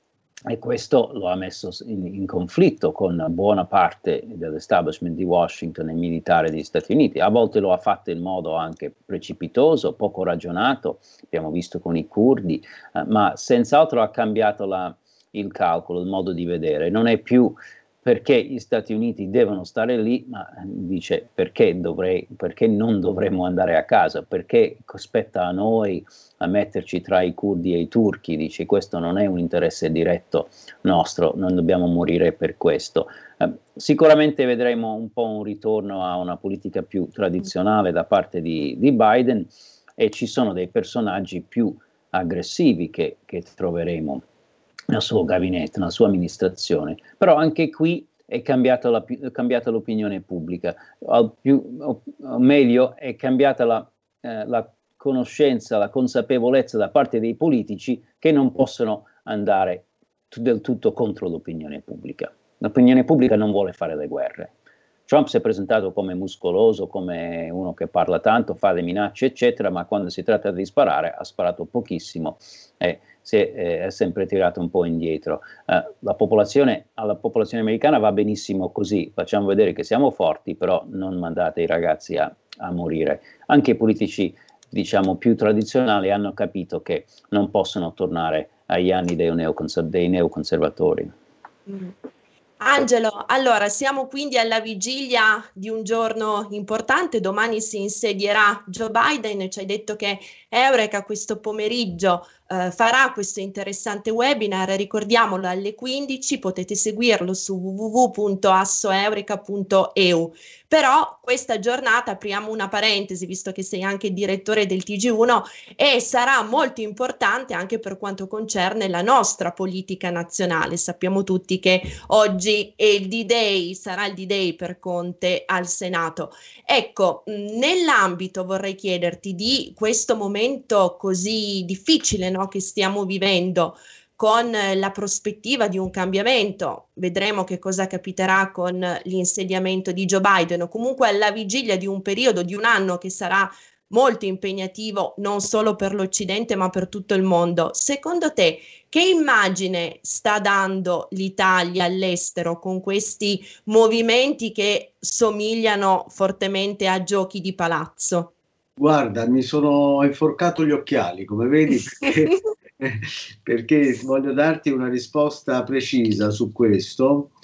e questo lo ha messo in, in conflitto con buona parte dell'establishment di Washington e militare degli Stati Uniti. A volte lo ha fatto in modo anche precipitoso, poco ragionato, abbiamo visto con i curdi, eh, ma senz'altro ha cambiato la, il calcolo, il modo di vedere. Non è più perché gli Stati Uniti devono stare lì, ma dice perché, dovrei, perché non dovremmo andare a casa, perché spetta a noi a metterci tra i curdi e i turchi, dice questo non è un interesse diretto nostro, non dobbiamo morire per questo. Eh, sicuramente vedremo un po' un ritorno a una politica più tradizionale da parte di, di Biden e ci sono dei personaggi più aggressivi che, che troveremo nel suo gabinetto, nella sua amministrazione, però anche qui è cambiata, la, è cambiata l'opinione pubblica, o, più, o, o meglio è cambiata la, eh, la conoscenza, la consapevolezza da parte dei politici che non possono andare t- del tutto contro l'opinione pubblica. L'opinione pubblica non vuole fare le guerre. Trump si è presentato come muscoloso, come uno che parla tanto, fa le minacce, eccetera, ma quando si tratta di sparare ha sparato pochissimo e si è, eh, è sempre tirato un po' indietro. Eh, la popolazione, alla popolazione americana va benissimo così, facciamo vedere che siamo forti, però non mandate i ragazzi a, a morire. Anche i politici, diciamo, più tradizionali hanno capito che non possono tornare agli anni dei, neoconser- dei neoconservatori. Mm. Angelo, allora siamo quindi alla vigilia di un giorno importante, domani si insedierà Joe Biden, ci hai detto che Eureka questo pomeriggio eh, farà questo interessante webinar, ricordiamolo alle quindici, potete seguirlo su w w w punto assoeureka punto e u. Però questa giornata, apriamo una parentesi, visto che sei anche direttore del T G uno, e sarà molto importante anche per quanto concerne la nostra politica nazionale. Sappiamo tutti che oggi è il D-Day, sarà il D-Day per Conte al Senato. Ecco, nell'ambito, vorrei chiederti, di questo momento così difficile, no, che stiamo vivendo, con la prospettiva di un cambiamento, vedremo che cosa capiterà con l'insediamento di Joe Biden, o comunque alla vigilia di un periodo di un anno che sarà molto impegnativo non solo per l'Occidente ma per tutto il mondo. Secondo te che immagine sta dando l'Italia all'estero con questi movimenti che somigliano fortemente a giochi di palazzo? Guarda, mi sono inforcato gli occhiali, come vedi, perché perché voglio darti una risposta precisa su questo.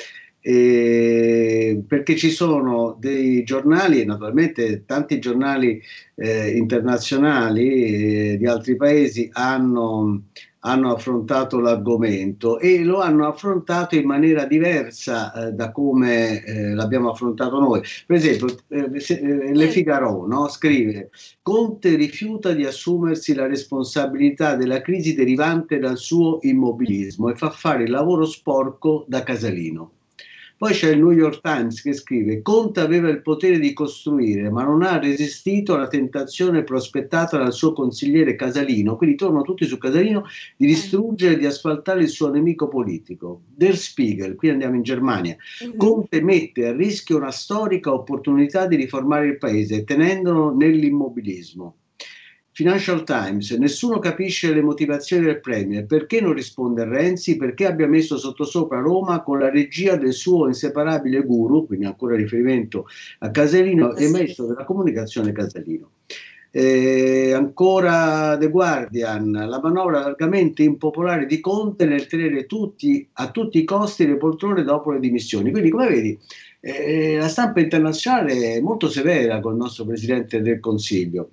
eh, perché ci sono dei giornali, e naturalmente tanti giornali eh, internazionali eh, di altri paesi hanno, hanno affrontato l'argomento e lo hanno affrontato in maniera diversa eh, da come eh, l'abbiamo affrontato noi. Per esempio, eh, se, eh, Le Figaro, no, scrive: Conte rifiuta di assumersi la responsabilità della crisi derivante dal suo immobilismo e fa fare il lavoro sporco da Casalino. Poi c'è il New York Times che scrive: Conte aveva il potere di costruire, ma non ha resistito alla tentazione prospettata dal suo consigliere Casalino, quindi tornano tutti su Casalino, di distruggere e di asfaltare il suo nemico politico. Der Spiegel, qui andiamo in Germania. Uh-huh. Conte mette a rischio una storica opportunità di riformare il paese, tenendolo nell'immobilismo. Financial Times: nessuno capisce le motivazioni del Premier, perché non risponde Renzi, perché abbia messo sottosopra Roma con la regia del suo inseparabile guru, quindi ancora riferimento a Casalino, e maestro della comunicazione Casalino. Eh, ancora The Guardian: la manovra largamente impopolare di Conte nel tenere tutti, a tutti i costi le poltrone dopo le dimissioni. Quindi, come vedi, eh, la stampa internazionale è molto severa con il nostro Presidente del Consiglio.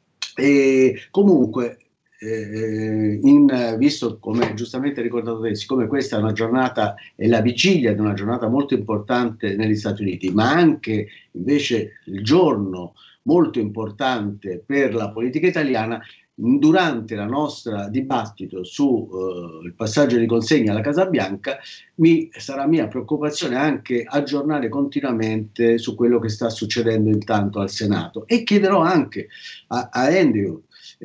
E comunque, eh, in, visto, come giustamente ricordato te, siccome questa è una giornata, è la vigilia di una giornata molto importante negli Stati Uniti, ma anche invece il giorno molto importante per la politica italiana, durante la nostra dibattito sul uh, passaggio di consegna alla Casa Bianca, mi sarà mia preoccupazione anche aggiornare continuamente su quello che sta succedendo intanto al Senato, e chiederò anche a, a Andrew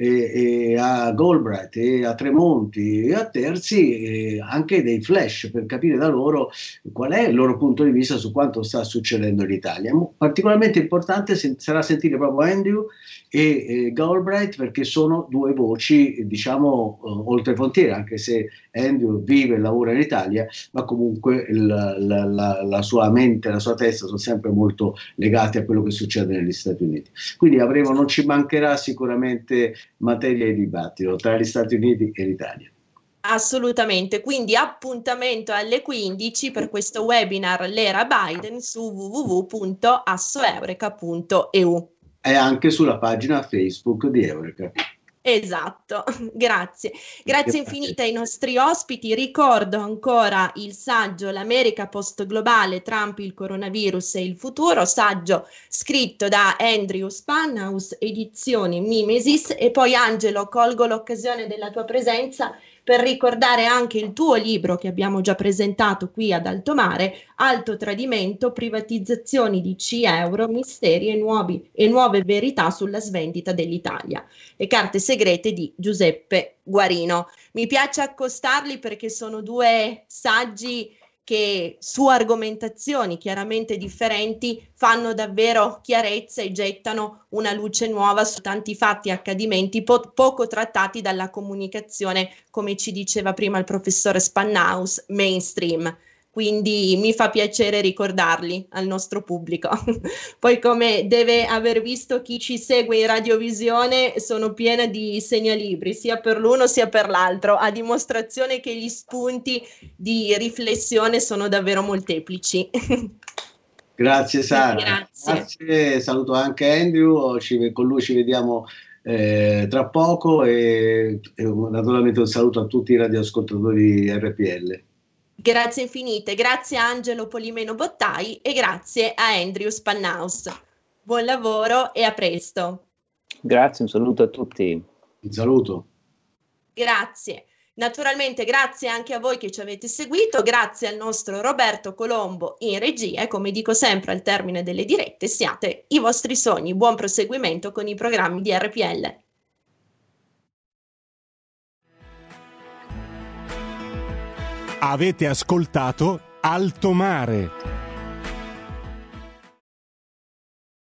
e, e a Galbraith e a Tremonti e a Terzi e anche dei flash per capire da loro qual è il loro punto di vista su quanto sta succedendo in Italia. Particolarmente importante sarà sentire proprio Andrew e, e Galbraith, perché sono due voci, diciamo, uh, oltre frontiera, anche se Andrew vive e lavora in Italia, ma comunque il, la, la, la sua mente, la sua testa sono sempre molto legati a quello che succede negli Stati Uniti. Quindi avremo, non ci mancherà sicuramente materia di dibattito tra gli Stati Uniti e l'Italia. Assolutamente, quindi appuntamento alle quindici per questo webinar L'era Biden su w w w punto assoeureka punto e u. E anche sulla pagina Facebook di Eureka. Esatto, grazie. Grazie infinite ai nostri ospiti. Ricordo ancora il saggio L'America post-globale, Trump, il coronavirus e il futuro, saggio scritto da Andrew Spanhaus, edizioni Mimesis. E poi Angelo, colgo l'occasione della tua presenza per ricordare anche il tuo libro che abbiamo già presentato qui ad Alto Mare, Alto Tradimento, privatizzazioni di C Euro, misteri e, nuovi, e nuove verità sulla svendita dell'Italia. Le carte segrete di Giuseppe Guarino. Mi piace accostarli perché sono due saggi che su argomentazioni chiaramente differenti fanno davvero chiarezza e gettano una luce nuova su tanti fatti e accadimenti po- poco trattati dalla comunicazione, come ci diceva prima il professore Spanhaus, mainstream. Quindi mi fa piacere ricordarli al nostro pubblico. Poi, come deve aver visto chi ci segue in radiovisione, sono piena di segnalibri, sia per l'uno sia per l'altro, a dimostrazione che gli spunti di riflessione sono davvero molteplici. Grazie Sara. Grazie. Grazie. Saluto anche Andrew, ci, con lui ci vediamo eh, tra poco e, e naturalmente un saluto a tutti i radioascoltatori di R P L. Grazie infinite, grazie a Angelo Polimeno Bottai e grazie a Andrew Spanhaus. Buon lavoro e a presto. Grazie, un saluto a tutti. Un saluto. Grazie. Naturalmente grazie anche a voi che ci avete seguito, grazie al nostro Roberto Colombo in regia e come dico sempre al termine delle dirette, siate i vostri sogni. Buon proseguimento con i programmi di R P L. Avete ascoltato Alto Mare.